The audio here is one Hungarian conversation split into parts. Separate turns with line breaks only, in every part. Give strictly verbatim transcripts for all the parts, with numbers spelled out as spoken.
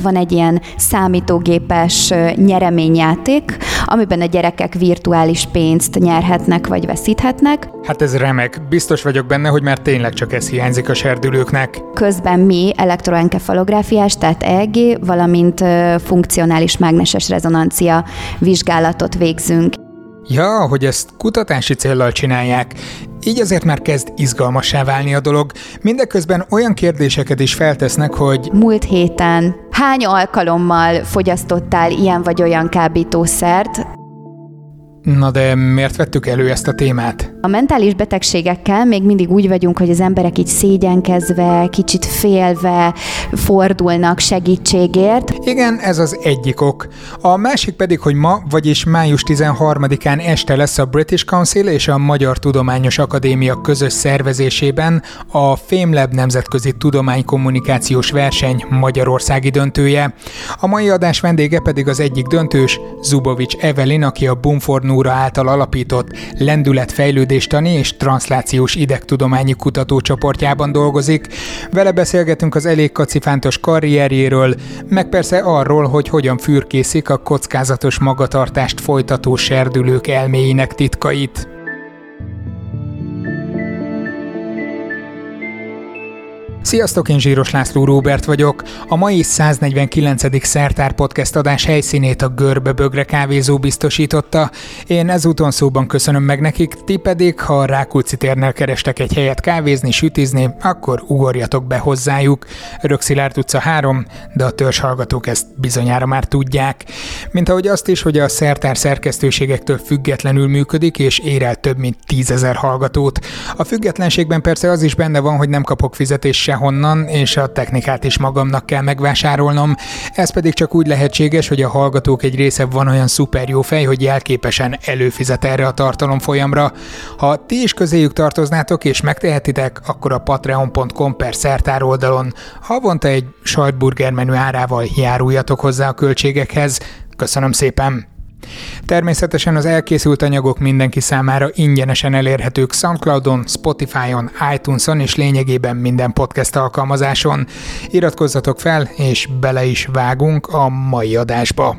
van egy ilyen számítógépes nyereményjáték, amiben a gyerekek virtuális pénzt nyerhetnek vagy veszíthetnek.
Hát ez remek. Biztos vagyok benne, hogy már tényleg csak ez hiányzik a serdülőknek.
Közben mi elektroenkefalográfiás, tehát é e gé, valamint funkcionális mágneses rezonancia vizsgálatot végzünk.
Ja, hogy ezt kutatási céllal csinálják. Így azért már kezd izgalmassá válni a dolog. Mindeközben olyan kérdéseket is feltesznek, hogy
múlt héten hány alkalommal fogyasztottál ilyen vagy olyan kábítószert?
Na de miért vettük elő ezt a témát?
A mentális betegségekkel még mindig úgy vagyunk, hogy az emberek így szégyenkezve, kicsit félve fordulnak segítségért.
Igen, ez az egyik ok. A másik pedig, hogy ma, vagyis május tizenharmadikán este lesz a British Council és a Magyar Tudományos Akadémia közös szervezésében a FameLab nemzetközi tudománykommunikációs verseny magyarországi döntője. A mai adás vendége pedig az egyik döntős, Zubovics Evelyn, aki a Bumford Nóra által alapított lendületfejlődéstani és transzlációs idegtudományi kutatócsoportjában dolgozik. Vele beszélgetünk az elég kacifántos karrierjéről, meg persze arról, hogy hogyan fürkészik a kockázatos magatartást folytató serdülők elméinek titkait. Sziasztok, én Zsíros László Róbert vagyok. A mai száznegyvenkilencedik Szertár Podcast adás helyszínét a Görbe Bögre kávézó biztosította. Én ezúton szóban köszönöm meg nekik, ti pedig, ha a Rákóczi térnél kerestek egy helyet kávézni, sütizni, akkor ugorjatok be hozzájuk. Örökszilárd utca három, de a törzshallgatók ezt bizonyára már tudják. Mint ahogy azt is, hogy a Szertár szerkesztőségektől függetlenül működik, és ér el több mint tízezer hallgatót. A függetlenségben persze az is benne van, hogy nem kapok fizetést honnan, és a technikát is magamnak kell megvásárolnom. Ez pedig csak úgy lehetséges, hogy a hallgatók egy része van olyan szuper jó fej, hogy jelképesen előfizet erre a tartalomfolyamra. Ha ti is közéjük tartoznátok és megtehetitek, akkor a patreon pont com per szertár oldalon havonta egy sajtburger menü árával járuljatok hozzá a költségekhez. Köszönöm szépen! Természetesen az elkészült anyagok mindenki számára ingyenesen elérhetők SoundCloudon, Spotify-on, iTunes-on és lényegében minden podcast alkalmazáson. Iratkozzatok fel, és bele is vágunk a mai adásba.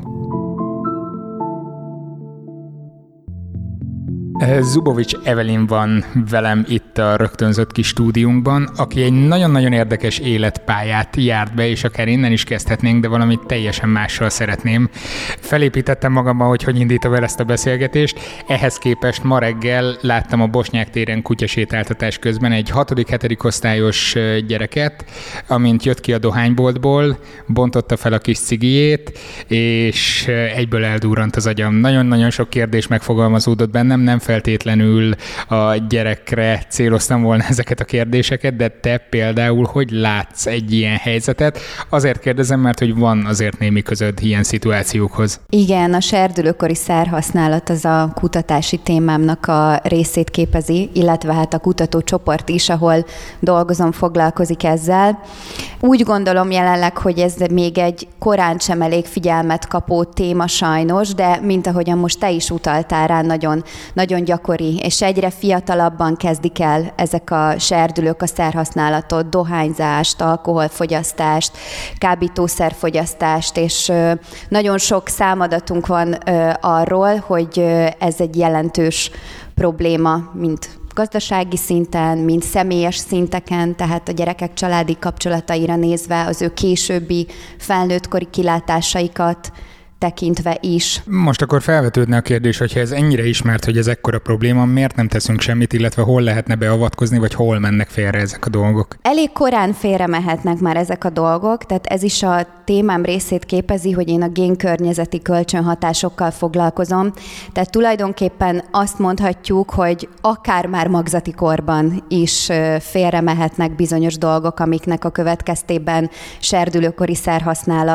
Zubovics Evelyn van velem itt a rögtönzött kis stúdiunkban, aki egy nagyon-nagyon érdekes életpályát járt be, és akár innen is kezdhetnénk, de valamit teljesen mással szeretném. Felépítettem magamban, hogy hogy indítom el ezt a beszélgetést. Ehhez képest ma reggel láttam a Bosnyák téren kutyasétáltatás közben egy hatodik-hetedik osztályos gyereket, amint jött ki a dohányboltból, bontotta fel a kis cigijét, és egyből eldurrant az agyam. Nagyon-nagyon sok kérdés megfogalmazódott bennem, nem feltétlenül a gyerekre céloztam volna ezeket a kérdéseket, de te például hogy látsz egy ilyen helyzetet? Azért kérdezem, mert hogy van azért némi közöd ilyen szituációkhoz.
Igen, a serdülőkori szerhasználat az a kutatási témámnak a részét képezi, illetve hát a kutatócsoport is, ahol dolgozom, foglalkozik ezzel. Úgy gondolom jelenleg, hogy ez még egy korán sem elég figyelmet kapó téma sajnos, de mint ahogyan most te is utaltál rá, nagyon, nagyon gyakori, és egyre fiatalabban kezdik el ezek a serdülők a szerhasználatot, dohányzást, alkoholfogyasztást, kábítószerfogyasztást, és nagyon sok számadatunk van arról, hogy ez egy jelentős probléma, mint gazdasági szinten, mint személyes szinteken, tehát a gyerekek családi kapcsolataira nézve, az ő későbbi felnőttkori kilátásaikat tekintve is.
Most akkor felvetődne a kérdés, hogyha ez ennyire ismert, hogy ez ekkora probléma, miért nem teszünk semmit, illetve hol lehetne beavatkozni, vagy hol mennek félre ezek a dolgok?
Elég korán félre mehetnek már ezek a dolgok, tehát ez is a témám részét képezi, hogy én a génkörnyezeti kölcsönhatásokkal foglalkozom. Tehát tulajdonképpen azt mondhatjuk, hogy akár már magzati korban is félre mehetnek bizonyos dolgok, amiknek a következtében serdülőkori szerhasználat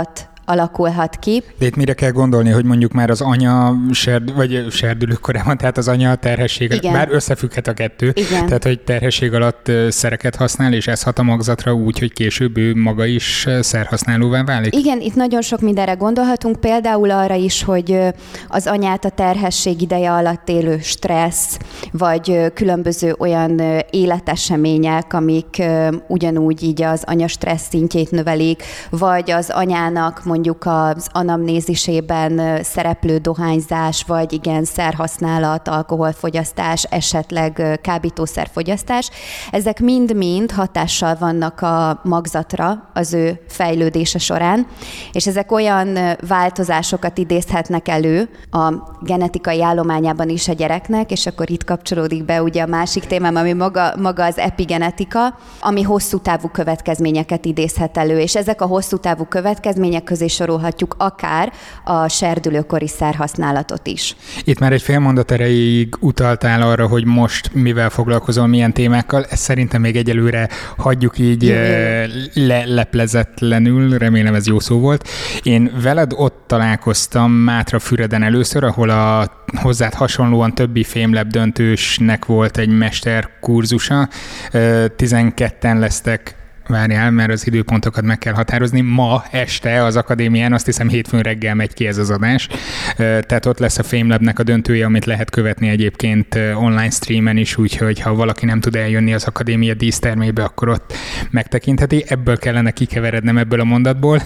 alakulhat ki.
De itt mire kell gondolni, hogy mondjuk már az anya serd, vagy serdülőkorában, tehát az anya terhesség, igen. Bár összefügghet a kettő, igen. Tehát hogy terhesség alatt szereket használ, és ez hat a magzatra úgy, hogy később ő maga is szerhasználóvá válik?
Igen, itt nagyon sok mindenre gondolhatunk, például arra is, hogy az anyát a terhesség ideje alatt élő stressz, vagy különböző olyan életesemények, amik ugyanúgy így az anya stressz szintjét növelik, vagy az anyának mondjuk az anamnézisében szereplő dohányzás, vagy igen, szerhasználat, alkoholfogyasztás, esetleg kábítószerfogyasztás. Ezek mind-mind hatással vannak a magzatra az ő fejlődése során, és ezek olyan változásokat idézhetnek elő a genetikai állományában is a gyereknek, és akkor itt kapcsolódik be ugye a másik témám, ami maga, maga az epigenetika, ami hosszú távú következményeket idézhet elő, és ezek a hosszú távú következmények közé sorolhatjuk akár a serdülőkori szerhasználatot is.
Itt már egy fél mondat erejéig utaltál arra, hogy most mivel foglalkozol, milyen témákkal, ezt szerintem még egyelőre hagyjuk így le, leplezetlenül, remélem ez jó szó volt. Én veled ott találkoztam Mátrafüreden először, ahol a hozzád hasonlóan többi fémlep döntősnek volt egy mesterkurzusa. tizenketten lesztek, várjál, mert az időpontokat meg kell határozni. Ma este az akadémián, azt hiszem hétfőn reggel megy ki ez az adás. Tehát ott lesz a FameLabnek a döntője, amit lehet követni egyébként online streamen is, úgyhogy ha valaki nem tud eljönni az akadémia dísztermébe, akkor ott megtekintheti. Ebből kellene kikeverednem ebből a mondatból.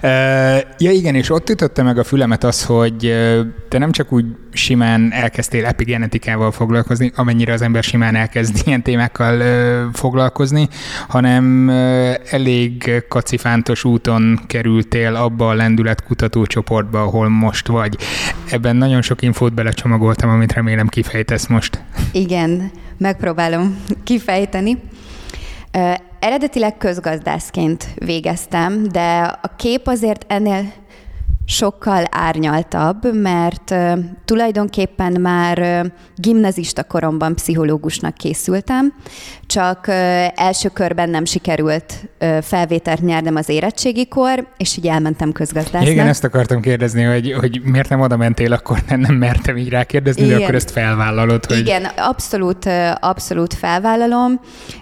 Ja igen, és ott ütötte meg a fülemet az, hogy te nem csak úgy simán elkezdtél epigenetikával foglalkozni, amennyire az ember simán elkezd ilyen témákkal foglalkozni, hanem elég kacifántos úton kerültél abba a lendületkutató csoportba, ahol most vagy. Ebben nagyon sok infót belecsomagoltam, amit remélem kifejtesz most.
Igen, megpróbálom kifejteni. Uh, eredetileg közgazdászként végeztem, de a kép azért ennél sokkal árnyaltabb, mert uh, tulajdonképpen már uh, gimnazista koromban pszichológusnak készültem, csak uh, első körben nem sikerült uh, felvételt nyernem az érettségikor, és így elmentem közgazdásznak.
Igen, ezt akartam kérdezni, hogy, hogy miért nem oda mentél, akkor nem, nem mertem így rákérdezni, de akkor ezt felvállalod. Hogy...
Igen, abszolút, abszolút felvállalom.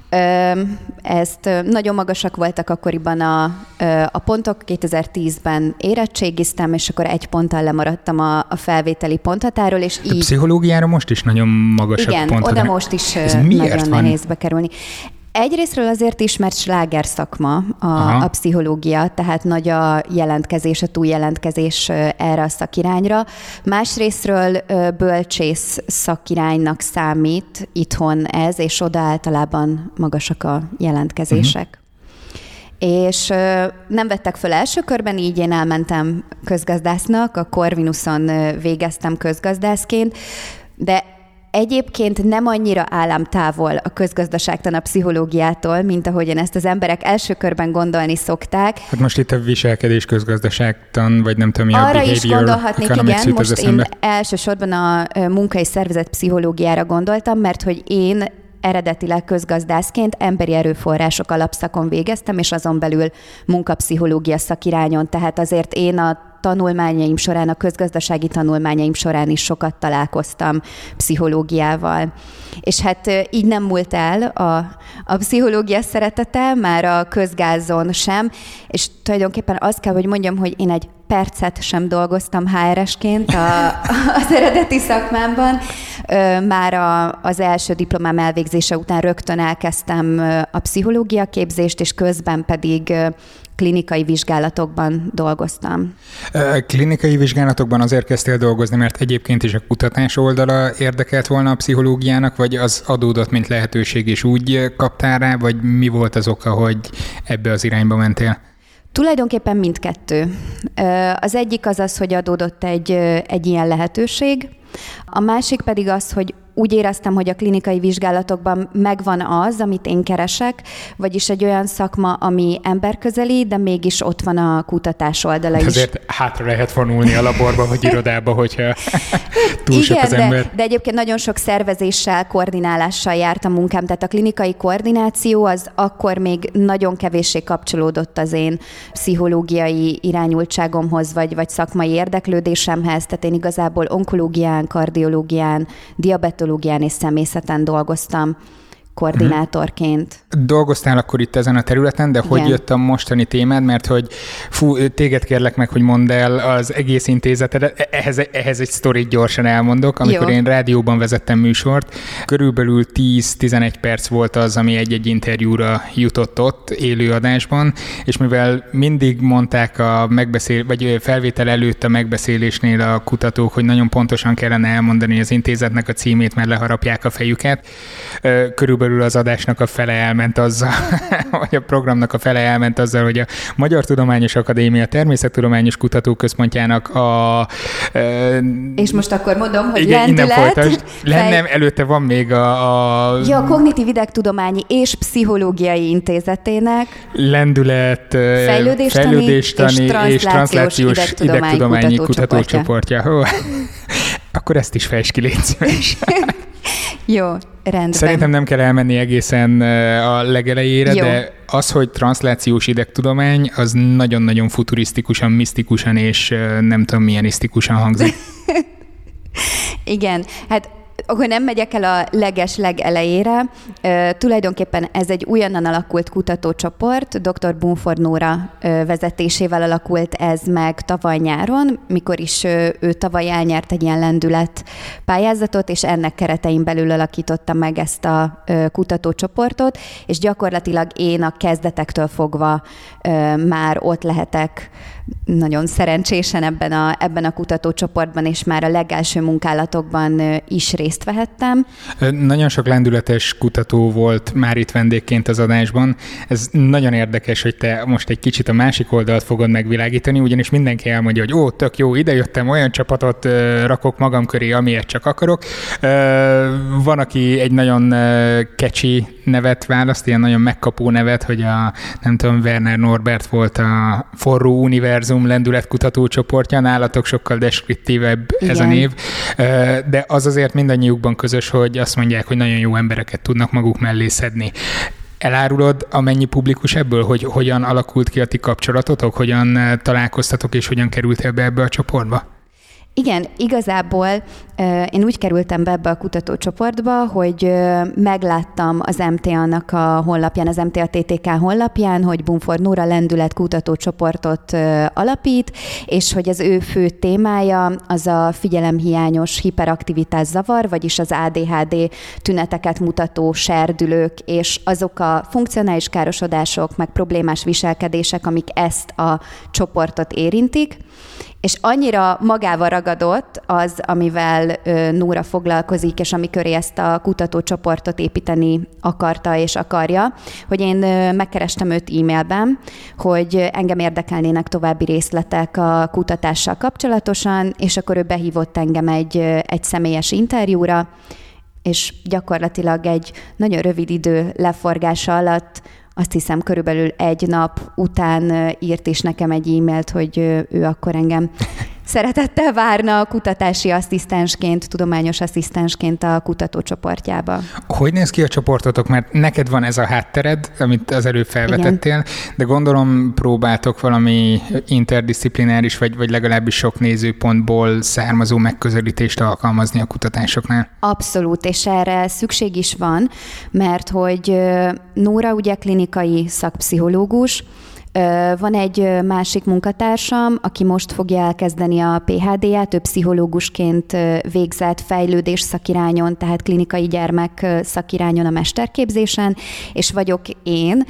Ezt nagyon magasak voltak akkoriban a, a pontok, kétezer-tízben érettségiztem, és akkor egy ponttal lemaradtam a, a felvételi ponthatáról, és így...
A pszichológiára most is nagyon magasak
igen,
ponthatár.
Igen, oda most is nagyon van? nehéz bekerülni. Egyrésztről azért ismert sláger szakma a, a pszichológia, tehát nagy a jelentkezés, a túljelentkezés erre a szakirányra. Másrésztről bölcsész szakiránynak számít itthon ez, és oda általában magasak a jelentkezések. Uh-huh. És nem vettek föl első körben, így én elmentem közgazdásznak, a Corvinuson végeztem közgazdászként, de egyébként nem annyira államtávol a közgazdaságtan a pszichológiától, mint ahogyan ezt az emberek első körben gondolni szokták.
Hát most itt a viselkedés közgazdaságtan, vagy nem tudom, mi a
arra
behavior
is gondolhatnék, igen, most
én
elsősorban a munka és szervezet pszichológiára gondoltam, mert hogy én eredetileg közgazdászként emberi erőforrások alapszakon végeztem, és azon belül munkapszichológia szakirányon, tehát azért én a tanulmányaim során, a közgazdasági tanulmányaim során is sokat találkoztam pszichológiával. És hát így nem múlt el a, a pszichológia szeretete, már a közgázon sem, és tulajdonképpen azt kell, hogy mondjam, hogy én egy percet sem dolgoztam há er esként a, az eredeti szakmámban. Már a, az első diplomám elvégzése után rögtön elkezdtem a pszichológia képzést, és közben pedig klinikai vizsgálatokban dolgoztam.
Klinikai vizsgálatokban azért kezdtél dolgozni, mert egyébként is a kutatás oldala érdekelt volna a pszichológiának, vagy az adódott, mint lehetőség, és úgy kaptál rá, vagy mi volt az oka, hogy ebbe az irányba mentél?
Tulajdonképpen mindkettő. Az egyik az az, hogy adódott egy, egy ilyen lehetőség, a másik pedig az, hogy úgy éreztem, hogy a klinikai vizsgálatokban megvan az, amit én keresek, vagyis egy olyan szakma, ami emberközeli, de mégis ott van a kutatás oldala is.
Azért hátra lehet vonulni a laborba vagy irodába, hogyha túl
igen,
sok az ember.
De, de egyébként nagyon sok szervezéssel, koordinálással járt a munkám, tehát a klinikai koordináció az akkor még nagyon kevéssé kapcsolódott az én pszichológiai irányultságomhoz, vagy, vagy szakmai érdeklődésemhez, tehát én igazából onkológián, kardiológián, diabetológián és személyzeten dolgoztam koordinátorként.
Dolgoztál akkor itt ezen a területen, de hogy Igen. jött a mostani témád, mert hogy fú, téged kérlek meg, hogy mondd el az egész intézetet, ehhez, ehhez egy sztorit gyorsan elmondok. Amikor Jó. én rádióban vezettem műsort, körülbelül tíz-tizenegy perc volt az, ami egy-egy interjúra jutott ott élőadásban, és mivel mindig mondták a megbeszél, vagy felvétel előtt a megbeszélésnél a kutatók, hogy nagyon pontosan kellene elmondani az intézetnek a címét, mert leharapják a fejüket, körülbelül az adásnak a fele elment azzal, vagy a programnak a fele elment azzal, hogy a Magyar Tudományos Akadémia Természettudományos Kutatóközpontjának a... E,
és most akkor mondom, hogy
igen,
lendület...
Lennem, előtte van még a... a
ja, a Kognitív Idegtudományi és Pszichológiai Intézetének
lendület,
fejlődéstani,
fejlődéstani és, és transzlációs idegtudományi, idegtudományi kutatócsoportja. Kutatócsoportja. Akkor ezt is fejtsd ki, légy szíves.
Jó, rendben.
Szerintem nem kell elmenni egészen a legelejére, Jó. de az, hogy transzlációs idegtudomány, az nagyon-nagyon futurisztikusan, misztikusan és nem tudom milyen isztikusan hangzik.
Igen, hát akkor nem megyek el a leges legelejére. Uh, tulajdonképpen ez egy újonnan alakult kutatócsoport, dr. Bumford Nóra uh, vezetésével alakult ez meg tavaly nyáron, mikor is uh, ő tavaly elnyert egy ilyen lendület pályázatot, és ennek keretein belül alakította meg ezt a uh, kutatócsoportot, és gyakorlatilag én a kezdetektől fogva uh, már ott lehetek nagyon szerencsésen ebben a, ebben a kutatócsoportban, és már a legelső munkálatokban uh, is részt vehettem.
Nagyon sok lendületes kutató volt már itt vendégként az adásban. Ez nagyon érdekes, hogy te most egy kicsit a másik oldalt fogod megvilágítani, ugyanis mindenki elmondja, hogy ó, tök jó, idejöttem, olyan csapatot uh, rakok magam köré, amilyet csak akarok. Uh, van, aki egy nagyon uh, catchy nevet választ, ilyen nagyon megkapó nevet, hogy a, nem tudom, Werner Norbert volt a Forró Univerzum lendületkutató csoportja, nálatok sokkal deskriptívebb Igen. ez a név, de az azért mindannyiukban közös, hogy azt mondják, hogy nagyon jó embereket tudnak maguk mellé szedni. Elárulod amennyi publikus ebből, hogy hogyan alakult ki a ti kapcsolatotok, hogyan találkoztatok és hogyan kerültél be ebbe a csoportba?
Igen, igazából én úgy kerültem be ebbe a kutatócsoportba, hogy megláttam az em té á-nak a honlapján, az em té á té té ká honlapján, hogy Bumford Nóra lendület kutatócsoportot alapít, és hogy az ő fő témája az a figyelemhiányos hiperaktivitás zavar, vagyis az á dé há dé tüneteket mutató serdülők, és azok a funkcionális károsodások, meg problémás viselkedések, amik ezt a csoportot érintik. És annyira magával ragadott az, amivel ö, Nóra foglalkozik, és ami köré ezt a kutatócsoportot építeni akarta és akarja, hogy én ö, megkerestem őt e-mailben, hogy engem érdekelnének további részletek a kutatással kapcsolatosan, és akkor ő behívott engem egy, egy személyes interjúra, és gyakorlatilag egy nagyon rövid idő leforgása alatt, azt hiszem körülbelül egy nap után írt is nekem egy e-mailt, hogy ő akkor engem szeretettel várna kutatási asszisztensként, tudományos asszisztensként a kutatócsoportjába.
Hogy néz ki a csoportotok? Mert neked van ez a háttered, amit az előbb felvetettél, Igen. de gondolom próbáltok valami interdisziplináris, vagy, vagy legalábbis sok nézőpontból származó megközelítést alkalmazni a kutatásoknál.
Abszolút, és erre szükség is van, mert hogy Nóra ugye klinikai szakpszichológus, van egy másik munkatársam, aki most fogja elkezdeni a pé há dé-ját, ő pszichológusként végzett fejlődés szakirányon, tehát klinikai gyermek szakirányon a mesterképzésen, és vagyok én,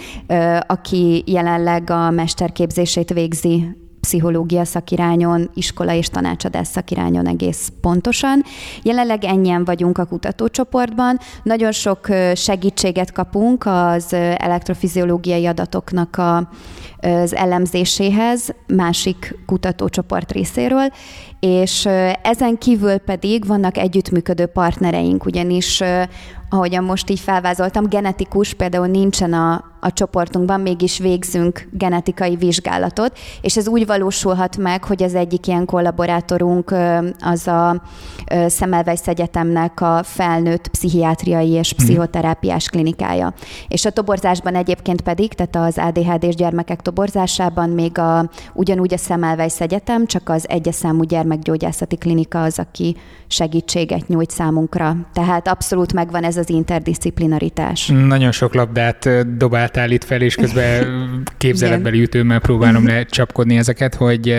aki jelenleg a mesterképzését végzi pszichológia szakirányon, iskola és tanácsadás szakirányon egész pontosan. Jelenleg ennyien vagyunk a kutatócsoportban. Nagyon sok segítséget kapunk az elektrofiziológiai adatoknak a, az elemzéséhez másik kutatócsoport részéről, és ezen kívül pedig vannak együttműködő partnereink, ugyanis ahogyan most így felvázoltam, genetikus például nincsen a, a csoportunkban, mégis végzünk genetikai vizsgálatot, és ez úgy valósulhat meg, hogy az egyik ilyen kollaborátorunk az a Semmelweis Egyetemnek a felnőtt pszichiátriai és pszichoterápiás klinikája. És a toborzásban egyébként pedig, tehát az á dé há dés gyermekek toborzásában még a, ugyanúgy a Semmelweis Egyetem, csak az egyes számú gyermekgyógyászati klinika az, aki segítséget nyújt számunkra. Tehát abszolút megvan ez az interdisziplinaritás.
Nagyon sok labdát dobáltál itt fel, és közben képzeletbeli ütőmmel próbálom lecsapkodni ezeket, hogy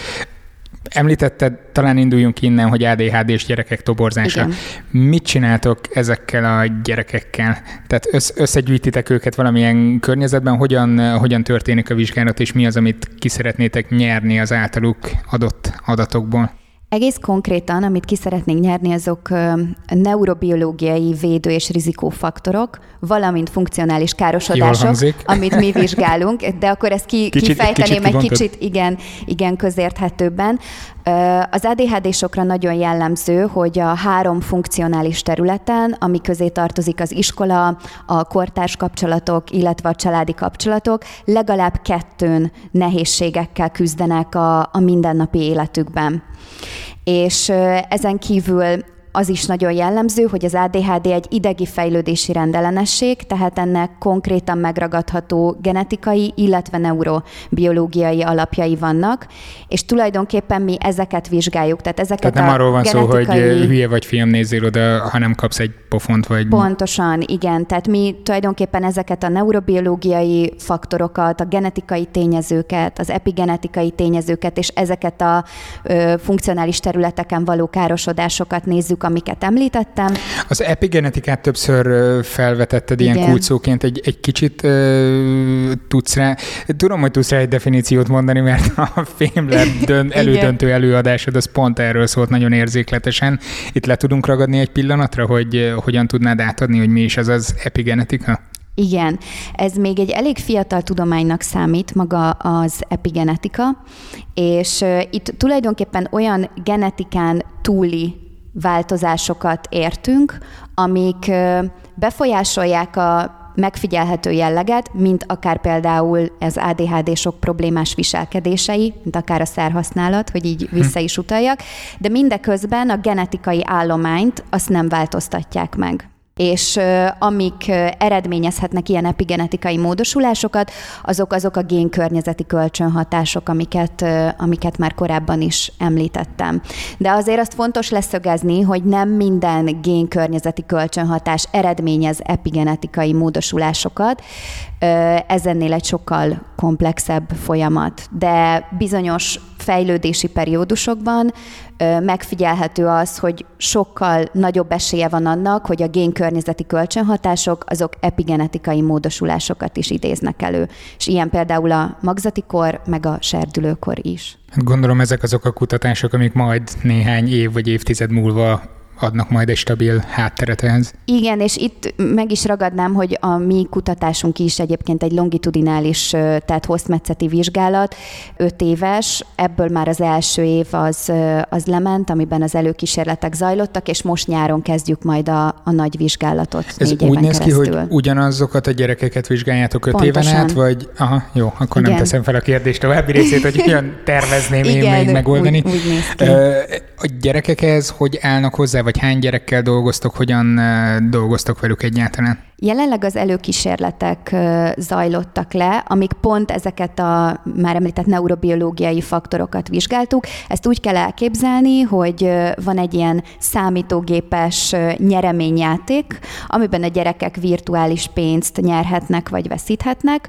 említetted, talán induljunk innen, hogy á dé há dés gyerekek toborzása. Igen. Mit csináltok ezekkel a gyerekekkel? Tehát összegyűjtitek őket valamilyen környezetben, hogyan, hogyan történik a vizsgálat, és mi az, amit ki szeretnétek nyerni az általuk adott adatokból?
Egész konkrétan, amit ki szeretnénk nyerni, azok neurobiológiai védő- és rizikófaktorok, valamint funkcionális károsodások, amit mi vizsgálunk, de akkor ezt ki, kicsit, kifejteném kicsit egy kicsit igen, igen közérthetőbben. Az á dé há désokra nagyon jellemző, hogy a három funkcionális területen, ami közé tartozik az iskola, a kortárs kapcsolatok, illetve a családi kapcsolatok, legalább kettőn nehézségekkel küzdenek a, a mindennapi életükben. És ezen kívül az is nagyon jellemző, hogy az á dé há dé egy idegi fejlődési rendellenesség, tehát ennek konkrétan megragadható genetikai, illetve neurobiológiai alapjai vannak, és tulajdonképpen mi ezeket vizsgáljuk. Tehát, ezeket
tehát nem
a
arról van
genetikai...
szó, hogy hülye vagy fiam, nézzél oda, hanem kapsz egy pofont, vagy...
Pontosan, igen. Tehát mi tulajdonképpen ezeket a neurobiológiai faktorokat, a genetikai tényezőket, az epigenetikai tényezőket, és ezeket a ö, funkcionális területeken való károsodásokat nézzük, amiket említettem.
Az epigenetikát többször felvetetted igen. ilyen kulcsszóként, egy, egy kicsit uh, tudsz rá, tudom, hogy tudsz rá egy definíciót mondani, mert a Fémlab dön, elődöntő előadásod, az pont erről szólt nagyon érzékletesen. Itt le tudunk ragadni egy pillanatra, hogy hogyan tudnád átadni, hogy mi is az az epigenetika?
Igen, ez még egy elég fiatal tudománynak számít maga az epigenetika, és uh, itt tulajdonképpen olyan genetikán túli változásokat értünk, amik befolyásolják a megfigyelhető jelleget, mint akár például ez á dé há désok problémás viselkedései, mint akár a szerhasználat, hogy így vissza is utaljak, de mindeközben a genetikai állományt azt nem változtatják meg. És uh, amik uh, eredményezhetnek ilyen epigenetikai módosulásokat, azok azok a génkörnyezeti kölcsönhatások, amiket, uh, amiket már korábban is említettem. De azért azt fontos leszögezni, hogy nem minden génkörnyezeti kölcsönhatás eredményez epigenetikai módosulásokat, uh, ez ennél egy sokkal komplexebb folyamat. De bizonyos fejlődési periódusokban ö, megfigyelhető az, hogy sokkal nagyobb esélye van annak, hogy a génkörnyezeti kölcsönhatások azok epigenetikai módosulásokat is idéznek elő. És ilyen például a magzati kor, meg a serdülőkor is.
Gondolom ezek azok a kutatások, amik majd néhány év vagy évtized múlva adnak majd egy stabil hátteret ehhez.
Igen, és itt meg is ragadnám, hogy a mi kutatásunk is egyébként egy longitudinális, tehát hosszmetszeti vizsgálat, öt éves, ebből már az első év az, az lement, amiben az előkísérletek zajlottak, és most nyáron kezdjük majd a, a nagy vizsgálatot.
Ez úgy néz ki, keresztül. Hogy ugyanazokat a gyerekeket vizsgáljátok öt Pontosan. éven át, vagy aha, jó, akkor Igen. nem teszem fel a kérdést további részét, hogy hogyan tervezném én még megoldani. Úgy, úgy néz ki. A gyerekekhez hogy állnak hozzá, vagy hány gyerekkel dolgoztok, hogyan dolgoztok velük egyáltalán?
Jelenleg az előkísérletek zajlottak le, amik pont ezeket a már említett neurobiológiai faktorokat vizsgáltuk. Ezt úgy kell elképzelni, hogy van egy ilyen számítógépes nyereményjáték, amiben a gyerekek virtuális pénzt nyerhetnek vagy veszíthetnek,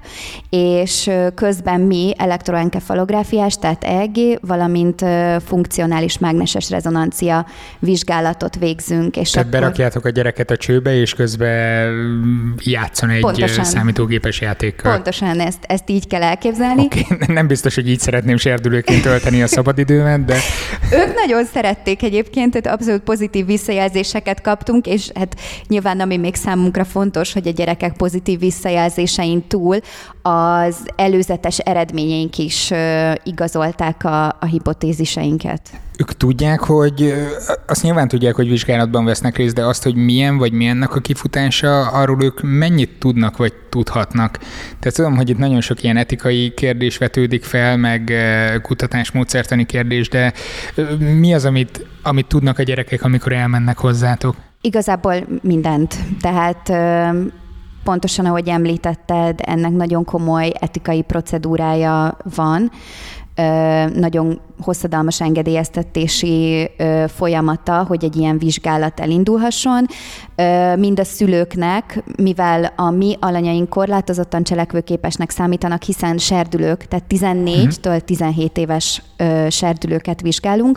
és közben mi elektroenkefalográfiás, tehát é e gé, valamint funkcionális mágneses rezonancia vizsgálatot végzünk. És
tehát akkor... berakjátok a gyereket a csőbe, és közben játszon egy Pontosan. számítógépes játékkal.
Pontosan, ezt, ezt így kell elképzelni.
Okay. Nem biztos, hogy így szeretném serdülőként tölteni a szabadidőmet, de...
Ők nagyon szerették egyébként, tehát abszolút pozitív visszajelzéseket kaptunk, és hát nyilván ami még számunkra fontos, hogy a gyerekek pozitív visszajelzésein túl az előzetes eredményeink is igazolták a, a hipotéziseinket.
Ők tudják, hogy, azt nyilván tudják, hogy vizsgálatban vesznek részt, de azt, hogy milyen vagy milyennek a kifutása, arról ők mennyit tudnak vagy tudhatnak. Tehát tudom, hogy itt nagyon sok ilyen etikai kérdés vetődik fel, meg kutatásmódszertani kérdés, de mi az, amit, amit tudnak a gyerekek, amikor elmennek hozzátok? Igazából mindent. Tehát pontosan, ahogy említetted, ennek nagyon komoly etikai procedúrája van. Nagyon hosszadalmas engedélyeztetési folyamata, hogy egy ilyen vizsgálat elindulhasson. Mind a szülőknek, mivel a mi alanyaink korlátozottan cselekvőképesnek számítanak, hiszen serdülők, tehát tizennégytől tizenhét éves serdülőket vizsgálunk,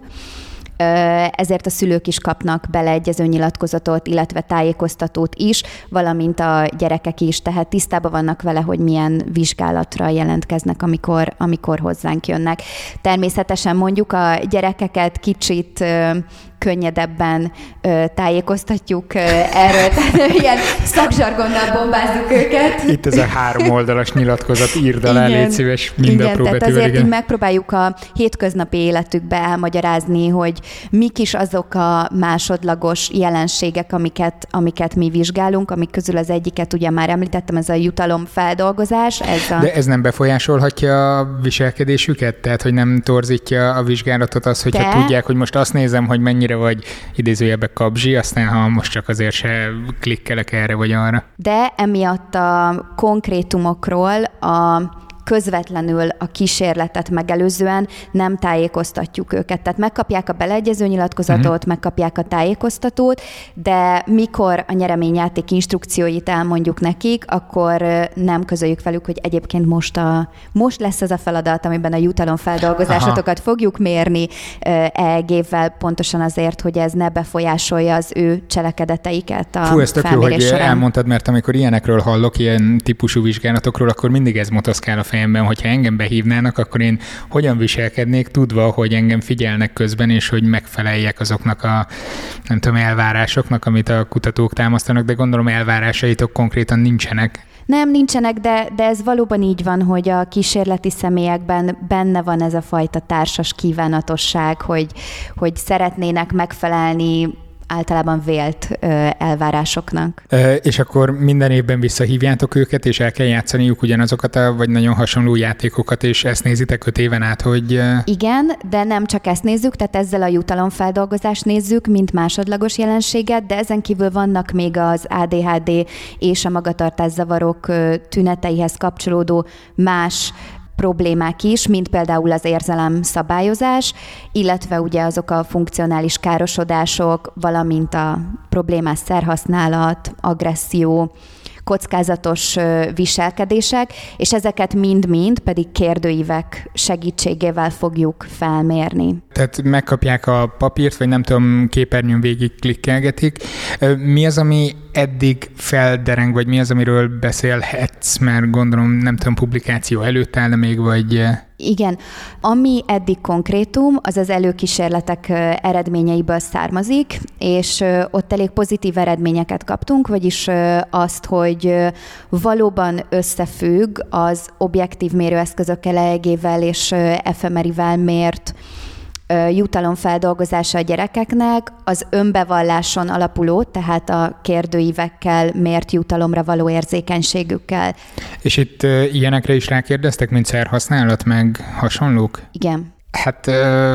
ezért a szülők is kapnak beleegyező nyilatkozatot, illetve tájékoztatót is, valamint a gyerekek is, tehát tisztában vannak vele, hogy milyen vizsgálatra jelentkeznek, amikor, amikor hozzánk jönnek. Természetesen mondjuk a gyerekeket kicsit könnyedebben ö, tájékoztatjuk ö, erről, tehát ilyen szakzsargonnal bombázzuk őket. Itt ez a három oldalas nyilatkozat, írd alá, légy szíves, mind apró betűvel. Tehát azért így megpróbáljuk a hétköznapi életükbe elmagyarázni, hogy mik is azok a másodlagos jelenségek, amiket, amiket mi vizsgálunk, amik közül az egyiket ugye már említettem, ez a jutalomfeldolgozás. Ez a... De ez nem befolyásolhatja a viselkedésüket? Tehát, hogy nem torzítja a vizsgálatot az, hogyha De... tudják, hogy most azt nézem, hogy mennyi vagy idézőjelben kabzsi, aztán ha most csak azért se klikkelek erre vagy arra. De emiatt a konkrétumokról a közvetlenül a kísérletet megelőzően nem tájékoztatjuk őket. Tehát megkapják a beleegyező nyilatkozatot, uh-huh. megkapják a tájékoztatót, de mikor a nyereményjáték instrukcióit elmondjuk nekik, akkor nem közöljük velük, hogy egyébként most, a, most lesz az a feladat, amiben a jutalomfeldolgozásotokat fogjuk mérni E E G-vel, pontosan azért, hogy ez ne befolyásolja az ő cselekedeteiket a Fú, ez tök jó, hogy során. Elmondtad, mert amikor ilyenekről hallok, ilyen típusú vizsgálatokról, akkor mindig ez motoszkál a fejemben, hogyha engem behívnának, akkor én hogyan viselkednék, tudva, hogy engem figyelnek közben, és hogy megfeleljek azoknak a, nem tudom, elvárásoknak, amit a kutatók támasztanak, de gondolom elvárásaitok konkrétan nincsenek. Nem, nincsenek, de, de ez valóban így van, hogy a kísérleti személyekben benne van ez a fajta társas kívánatosság, hogy, hogy szeretnének megfelelni általában vélt ö, elvárásoknak. E, és akkor minden évben visszahívjátok őket, és el kell játszaniuk ugyanazokat a, vagy nagyon hasonló játékokat, és ezt nézitek öt éven át, hogy... Igen, de nem csak ezt nézzük, tehát ezzel a jutalomfeldolgozást nézzük, mint másodlagos jelenséget, de ezen kívül vannak még az á dé há dé és a magatartászavarok tüneteihez kapcsolódó más problémák is, mint például az érzelem szabályozás, illetve ugye azok a funkcionális károsodások, valamint a problémás szerhasználat, agresszió, kockázatos viselkedések, és ezeket mind-mind pedig kérdőívek segítségével fogjuk felmérni. Tehát megkapják a papírt, vagy nem tudom, képernyőn végig klikkelgetik. Mi az, ami eddig feldereng, vagy mi az, amiről beszélhetsz, mert gondolom, nem tudom, publikáció előtt áll még, vagy... Igen. Ami eddig konkrétum, az az előkísérletek eredményeiből származik, és ott elég pozitív eredményeket kaptunk, vagyis azt, hogy valóban összefügg az objektív mérőeszközökkel, E E G-vel és efemerivel mért jutalomfeldolgozása a gyerekeknek az önbevalláson alapuló, tehát a kérdőívekkel mért jutalomra való érzékenységükkel. És itt uh, ilyenekre is rákérdeztek, mint szerhasználat, meg hasonlók? Igen. Hát uh,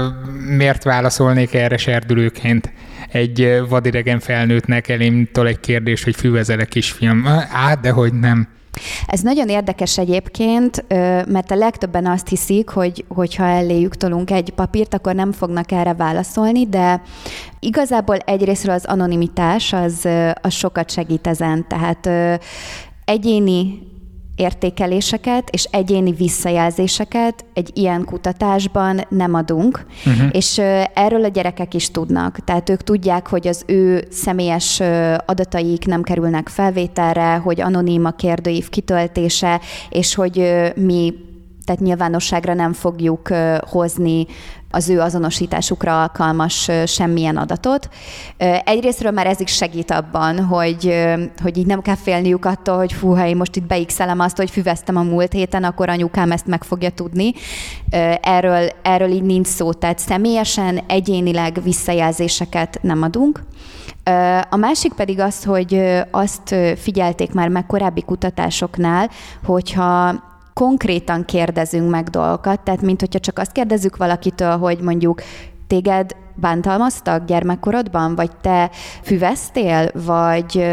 miért válaszolnék erre serdülőként? Egy vadidegen felnőttnek elém tol egy kérdés, hogy fűvezel a kisfiam. Á, dehogy nem. Ez nagyon érdekes egyébként, mert a legtöbben azt hiszik, hogy hogyha eléjük tolunk egy papírt, akkor nem fognak erre válaszolni, de igazából egyrészről az anonimitás az, az sokat segít ezen. Tehát egyéni értékeléseket és egyéni visszajelzéseket egy ilyen kutatásban nem adunk, uh-huh. és erről a gyerekek is tudnak. Tehát ők tudják, hogy az ő személyes adataik nem kerülnek felvételre, hogy anonim a kérdőív kitöltése, és hogy mi
tehát nyilvánosságra nem fogjuk hozni az ő azonosításukra alkalmas semmilyen adatot. Egyrésztről már ez is segít abban, hogy, hogy így nem kell félniük attól, hogy fú, ha én most itt beixelem azt, hogy füvesztem a múlt héten, akkor anyukám ezt meg fogja tudni. Erről, erről így nincs szó, tehát személyesen, egyénileg visszajelzéseket nem adunk. A másik pedig az, hogy azt figyelték már meg korábbi kutatásoknál, hogyha konkrétan kérdezünk meg dolgokat, tehát mint hogyha csak azt kérdezzük valakitől, hogy mondjuk téged bántalmaztak gyermekkorodban, vagy te füvesztél, vagy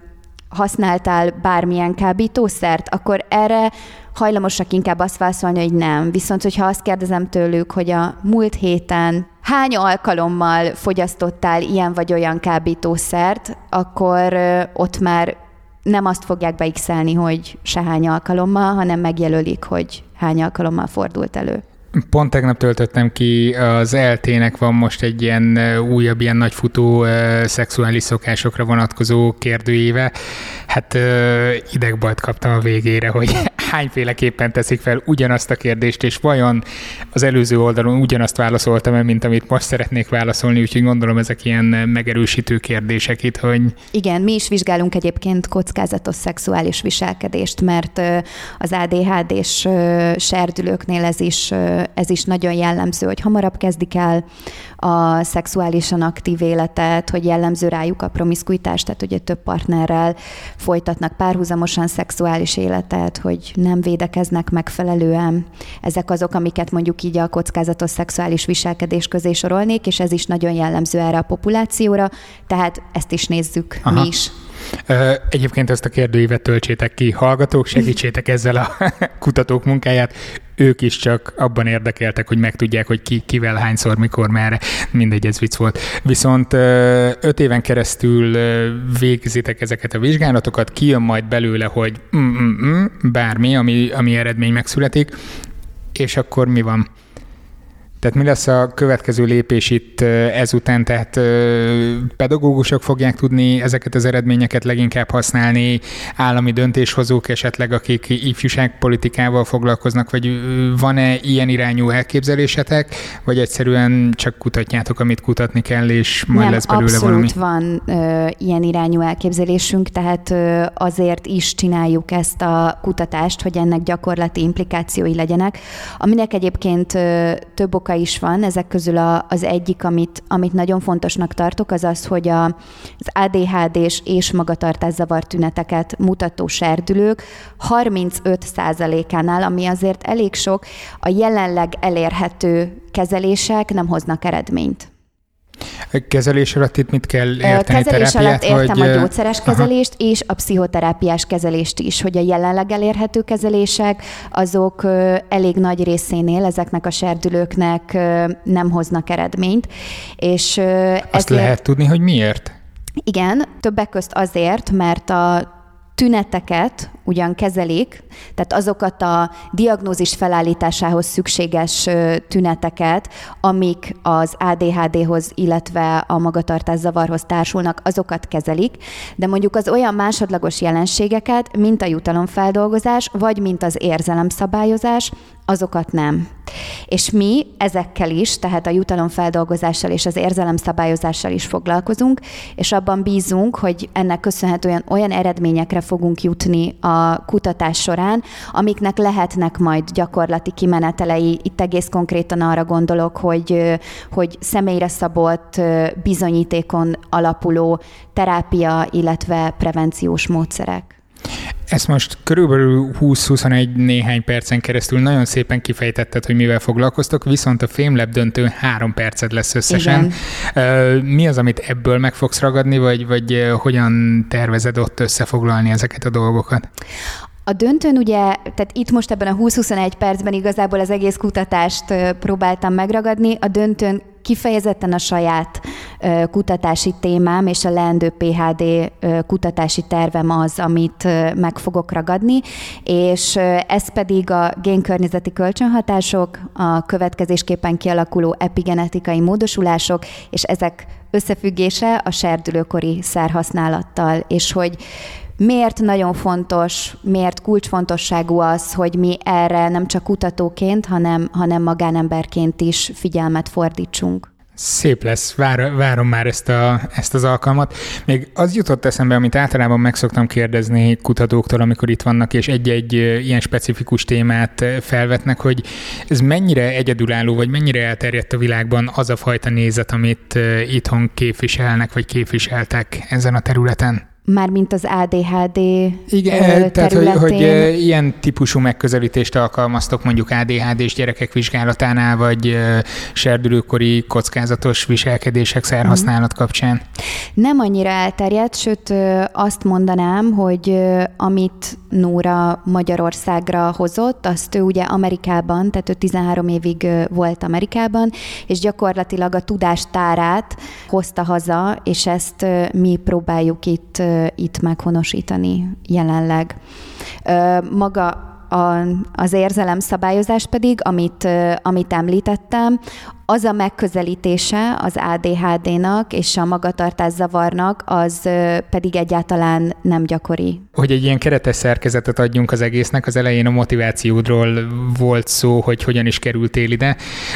használtál bármilyen kábítószert, akkor erre hajlamosak inkább azt válaszolni, hogy nem. Viszont, hogyha azt kérdezem tőlük, hogy a múlt héten hány alkalommal fogyasztottál ilyen vagy olyan kábítószert, akkor ott már nem azt fogják beixelni, hogy se hány alkalommal, hanem megjelölik, hogy hány alkalommal fordult elő.
Pont tegnap töltöttem ki, az é el té-nek van most egy ilyen újabb, ilyen nagyfutó szexuális szokásokra vonatkozó kérdőjéve. Hát idegbajt kaptam a végére, hogy hányféleképpen teszik fel ugyanazt a kérdést, és vajon az előző oldalon ugyanazt válaszoltam-e, mint amit most szeretnék válaszolni, úgyhogy gondolom ezek ilyen megerősítő kérdések itt, hogy...
Igen, mi is vizsgálunk egyébként kockázatos szexuális viselkedést, mert az á dé há dés serdülőknél ez is, ez is nagyon jellemző, hogy hamarabb kezdik el a szexuálisan aktív életet, hogy jellemző rájuk a promiszkuitást, tehát ugye több partnerrel folytatnak párhuzamosan szexuális életet, hogy nem védekeznek megfelelően. Ezek azok, amiket mondjuk így a kockázatos szexuális viselkedés közé sorolnék, és ez is nagyon jellemző erre a populációra, tehát ezt is nézzük. Aha. Mi is.
Egyébként ezt a kérdőívet töltsétek ki, hallgatók, segítsétek ezzel a kutatók munkáját. Ők is csak abban érdekeltek, hogy megtudják, hogy ki, kivel, hányszor, mikor, merre. Mindegy, ez vicc volt. Viszont öt éven keresztül végzitek ezeket a vizsgálatokat, kijön majd belőle, hogy mm-mm, bármi, ami, ami eredmény megszületik, és akkor mi van? Tehát mi lesz a következő lépés itt ezután? Tehát pedagógusok fogják tudni ezeket az eredményeket leginkább használni, állami döntéshozók esetleg, akik ifjúságpolitikával foglalkoznak, vagy van-e ilyen irányú elképzelésetek, vagy egyszerűen csak kutatjátok, amit kutatni kell, és majd
Nem,
lesz belőle valami?
Nem, abszolút van ö, ilyen irányú elképzelésünk, tehát ö, azért is csináljuk ezt a kutatást, hogy ennek gyakorlati implikációi legyenek, aminek egyébként ö, több ok is van, ezek közül a, az egyik, amit, amit nagyon fontosnak tartok, az az, hogy a, az á dé há dés és magatartászavar tüneteket mutató serdülők harmincöt százalékánál, ami azért elég sok, a jelenleg elérhető kezelések nem hoznak eredményt.
Kezelés alatt itt mit kell érteni?
Kezelés
terápiát,
alatt értem
vagy...
a gyógyszeres kezelést Aha. és a pszichoterápiás kezelést is, hogy a jelenleg elérhető kezelések azok elég nagy részénél ezeknek a serdülőknek nem hoznak eredményt. És
Azt ezért... lehet tudni, hogy miért?
Igen, többek közt azért, mert a tüneteket ugyan kezelik, tehát azokat a diagnózis felállításához szükséges tüneteket, amik az á dé há déhoz, illetve a magatartászavarhoz társulnak, azokat kezelik, de mondjuk az olyan másodlagos jelenségeket, mint a jutalomfeldolgozás, vagy mint az érzelemszabályozás, azokat nem. És mi ezekkel is, tehát a jutalomfeldolgozással és az érzelemszabályozással is foglalkozunk, és abban bízunk, hogy ennek köszönhetően olyan eredményekre fogunk jutni a kutatás során, amiknek lehetnek majd gyakorlati kimenetelei. Itt egész konkrétan arra gondolok, hogy, hogy személyre szabott, bizonyítékon alapuló terápia, illetve prevenciós módszerek.
Ezt most körülbelül húsz-huszonegy néhány percen keresztül nagyon szépen kifejtetted, hogy mivel foglalkoztok, viszont a FameLab döntőn három perced lesz összesen. Igen. Mi az, amit ebből meg fogsz ragadni, vagy, vagy hogyan tervezed ott összefoglalni ezeket a dolgokat?
A döntőn ugye, tehát itt most ebben a húsz-huszonegy percben igazából az egész kutatást próbáltam megragadni. A döntőn kifejezetten a saját kutatási témám és a leendő pé há dé kutatási tervem az, amit meg fogok ragadni, és ez pedig a génkörnyezeti kölcsönhatások, a következésképpen kialakuló epigenetikai módosulások, és ezek összefüggése a serdülőkori szerhasználattal, és hogy Miért nagyon fontos, miért kulcsfontosságú az, hogy mi erre nem csak kutatóként, hanem, hanem magánemberként is figyelmet fordítsunk.
Szép lesz, Vár, várom már ezt, a, ezt az alkalmat. Még az jutott eszembe, amit általában meg szoktam kérdezni kutatóktól, amikor itt vannak, és egy-egy ilyen specifikus témát felvetnek, hogy ez mennyire egyedülálló, vagy mennyire elterjedt a világban az a fajta nézet, amit itthon képviselnek, vagy képviseltek ezen a területen?
Mármint az á dé há dé
Igen,
területén.
tehát, hogy, hogy ilyen típusú megközelítést alkalmaztok mondjuk á dé há dés gyerekek vizsgálatánál, vagy serdülőkori kockázatos viselkedések szerhasználat kapcsán?
Nem annyira elterjedt, sőt azt mondanám, hogy amit Nóra Magyarországra hozott, azt ő ugye Amerikában, tehát ő tizenhárom évig volt Amerikában, és gyakorlatilag a tudástárát hozta haza, és ezt mi próbáljuk itt itt meghonosítani jelenleg. Maga a, az érzelemszabályozás pedig, amit, amit említettem, az a megközelítése az á dé há dénak és a magatartászavarnak, az pedig egyáltalán nem gyakori.
Hogy egy ilyen keretes szerkezetet adjunk az egésznek, az elején a motivációdról volt szó, hogy hogyan is kerültél ide.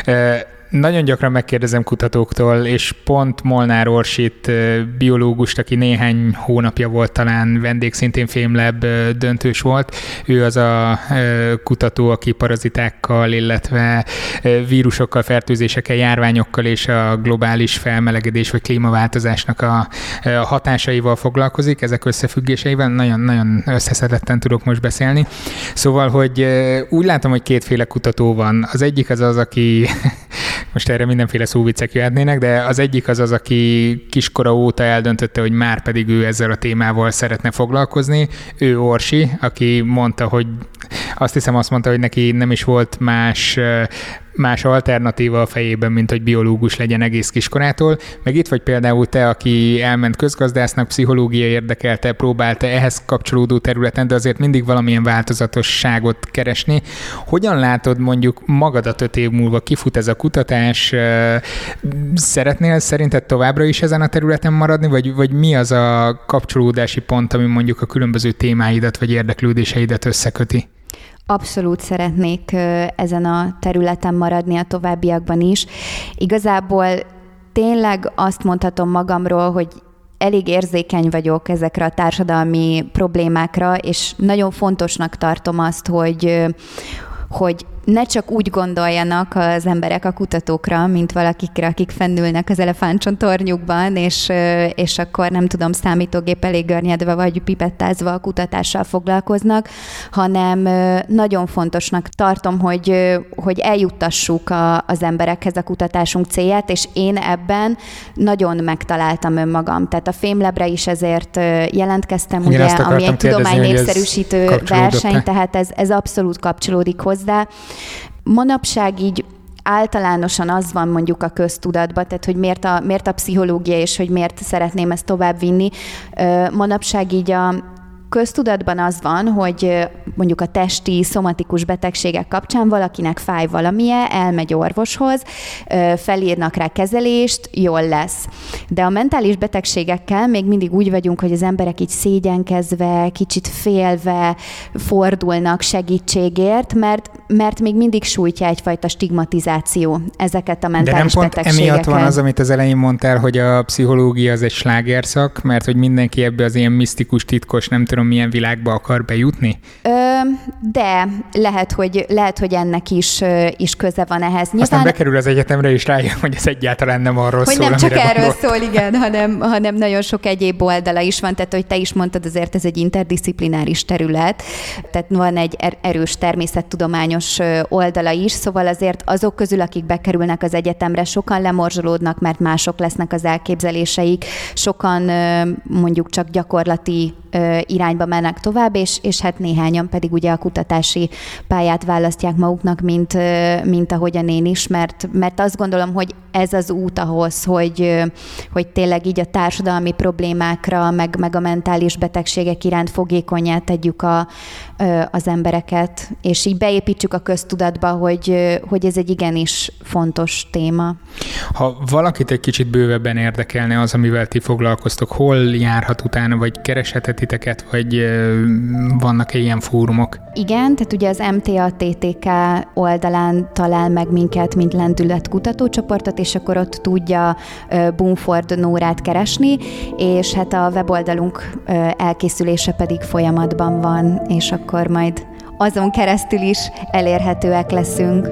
Nagyon gyakran megkérdezem kutatóktól, és pont Molnár Orsit, biológust, aki néhány hónapja volt talán vendég, szintén FameLab döntős volt. Ő az a kutató, aki parazitákkal, illetve vírusokkal, fertőzésekkel, járványokkal és a globális felmelegedés vagy klímaváltozásnak a hatásaival foglalkozik, ezek összefüggéseivel. Nagyon-nagyon összeszedetten tudok most beszélni. Szóval, hogy úgy látom, hogy kétféle kutató van. Az egyik az az, aki most erre mindenféle szóviccek jöhetnének, de az egyik az az, aki kiskora óta eldöntötte, hogy már pedig ő ezzel a témával szeretne foglalkozni. Ő Orsi, aki mondta, hogy azt hiszem azt mondta, hogy neki nem is volt más más alternatíva a fejében, mint hogy biológus legyen egész kiskorától. Meg itt vagy például te, aki elment közgazdásznak, pszichológia érdekelte, próbálta ehhez kapcsolódó területen, de azért mindig valamilyen változatosságot keresni. Hogyan látod mondjuk magadat öt év múlva, kifut ez a kutatás? Szeretnél szerinted továbbra is ezen a területen maradni, vagy, vagy mi az a kapcsolódási pont, ami mondjuk a különböző témáidat vagy érdeklődéseidet összeköti?
Abszolút szeretnék ezen a területen maradni a továbbiakban is. Igazából tényleg azt mondhatom magamról, hogy elég érzékeny vagyok ezekre a társadalmi problémákra, és nagyon fontosnak tartom azt, hogy, hogy ne csak úgy gondoljanak az emberek a kutatókra, mint valakikre, akik fennülnek az elefántcsontornyukban, és, és akkor nem tudom, számítógép elé görnyedve vagy pipettázva a kutatással foglalkoznak, hanem nagyon fontosnak tartom, hogy, hogy eljuttassuk a, az emberekhez a kutatásunk célját, és én ebben nagyon megtaláltam önmagam. Tehát a FameLab-re is ezért jelentkeztem, ugye, ami egy tudománynépszerűsítő verseny, tehát ez, ez abszolút kapcsolódik hozzá. Manapság így általánosan az van mondjuk a köztudatban, tehát hogy miért a, miért a pszichológia, és hogy miért szeretném ezt továbbvinni. Manapság így a köztudatban az van, hogy mondjuk a testi, szomatikus betegségek kapcsán valakinek fáj valamilyen, elmegy orvoshoz, felírnak rá kezelést, jól lesz. De a mentális betegségekkel még mindig úgy vagyunk, hogy az emberek így szégyenkezve, kicsit félve fordulnak segítségért, mert, mert még mindig sújtja egyfajta stigmatizáció ezeket a mentális betegségeket.
De nem pont emiatt van az, amit az elején mondtál, hogy a pszichológia az egy slágerszak, mert hogy mindenki ebbe az ilyen misztikus, titkos, nem tudom milyen világba akar bejutni?
Ö, de lehet, hogy, lehet, hogy ennek is, is köze van ehhez.
Nyilván, aztán bekerül az egyetemre, és rájön, hogy ez egyáltalán nem arról
hogy
szól,
nem csak erről
gondolt.
szól, igen, hanem, hanem nagyon sok egyéb oldala is van, tehát hogy te is mondtad, azért ez egy interdisziplináris terület, tehát van egy erős természettudományos oldala is, szóval azért azok közül, akik bekerülnek az egyetemre, sokan lemorzsolódnak, mert mások lesznek az elképzeléseik, sokan mondjuk csak gyakorlati irányba mennek tovább, és, és hát néhányan pedig ugye a kutatási pályát választják maguknak, mint, mint ahogyan én is, mert, mert azt gondolom, hogy ez az út ahhoz, hogy, hogy tényleg így a társadalmi problémákra, meg, meg a mentális betegségek iránt fogékonnyá tegyük a, az embereket, és így beépítsük a köztudatba, hogy, hogy ez egy igenis fontos téma.
Ha valakit egy kicsit bővebben érdekelne az, amivel ti foglalkoztok, hol járhat utána, vagy kereshetett titeket, vagy vagy vannak-e ilyen fórumok?
Igen, tehát ugye az em té á té té ká oldalán talál meg minket, mint lendület kutatócsoportot, és akkor ott tudja Bumford Nórát keresni, és hát a weboldalunk elkészülése pedig folyamatban van, és akkor majd azon keresztül is elérhetőek leszünk.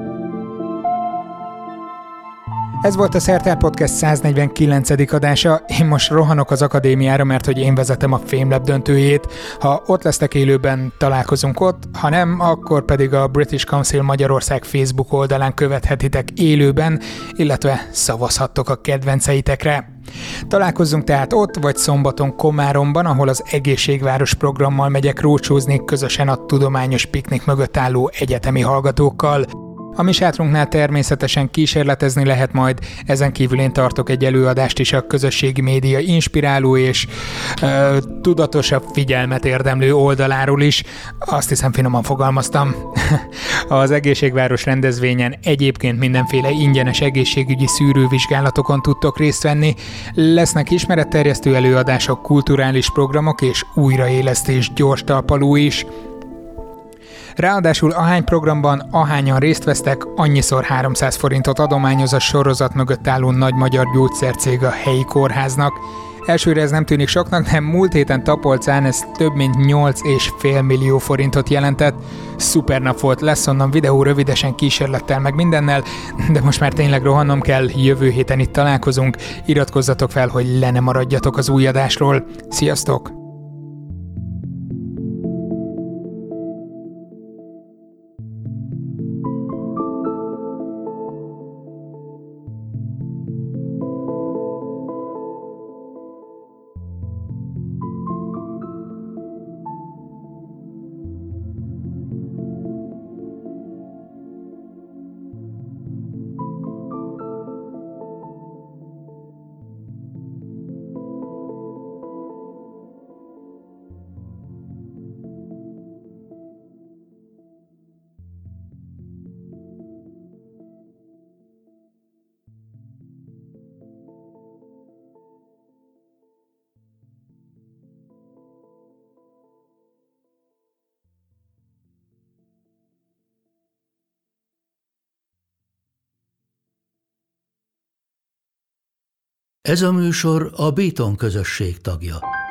Ez volt a Szertár Podcast száznegyvenkilencedik adása. Én most rohanok az akadémiára, mert hogy én vezetem a Fémlab döntőjét. Ha ott lesztek élőben, találkozunk ott, ha nem, akkor pedig a British Council Magyarország Facebook oldalán követhetitek élőben, illetve szavazhattok a kedvenceitekre. Találkozzunk tehát ott, vagy szombaton Komáromban, ahol az Egészségváros programmal megyek rócsózni közösen a tudományos piknik mögött álló egyetemi hallgatókkal. A mi sátrunknál természetesen kísérletezni lehet majd, ezen kívül én tartok egy előadást is a közösségi média inspiráló és ö, tudatosabb figyelmet érdemlő oldaláról is. Azt hiszem, finoman fogalmaztam. Az Egészségváros rendezvényen egyébként mindenféle ingyenes egészségügyi szűrővizsgálatokon tudtok részt venni. Lesznek ismeretterjesztő előadások, kulturális programok és újraélesztés gyors talpaló is. Ráadásul ahány programban, ahányan részt vesztek, annyiszor háromszáz forintot adományoz a sorozat mögött álló nagy magyar gyógyszercég a helyi kórháznak. Elsőre ez nem tűnik soknak, de múlt héten Tapolcán ez több mint nyolc egész öt millió forintot jelentett. Szuper nap volt, lesz onnan videó rövidesen kísérlettel meg mindennel, de most már tényleg rohannom kell, jövő héten itt találkozunk. Iratkozzatok fel, hogy le ne maradjatok az új adásról. Sziasztok!
Ez a műsor a Béton közösség tagja.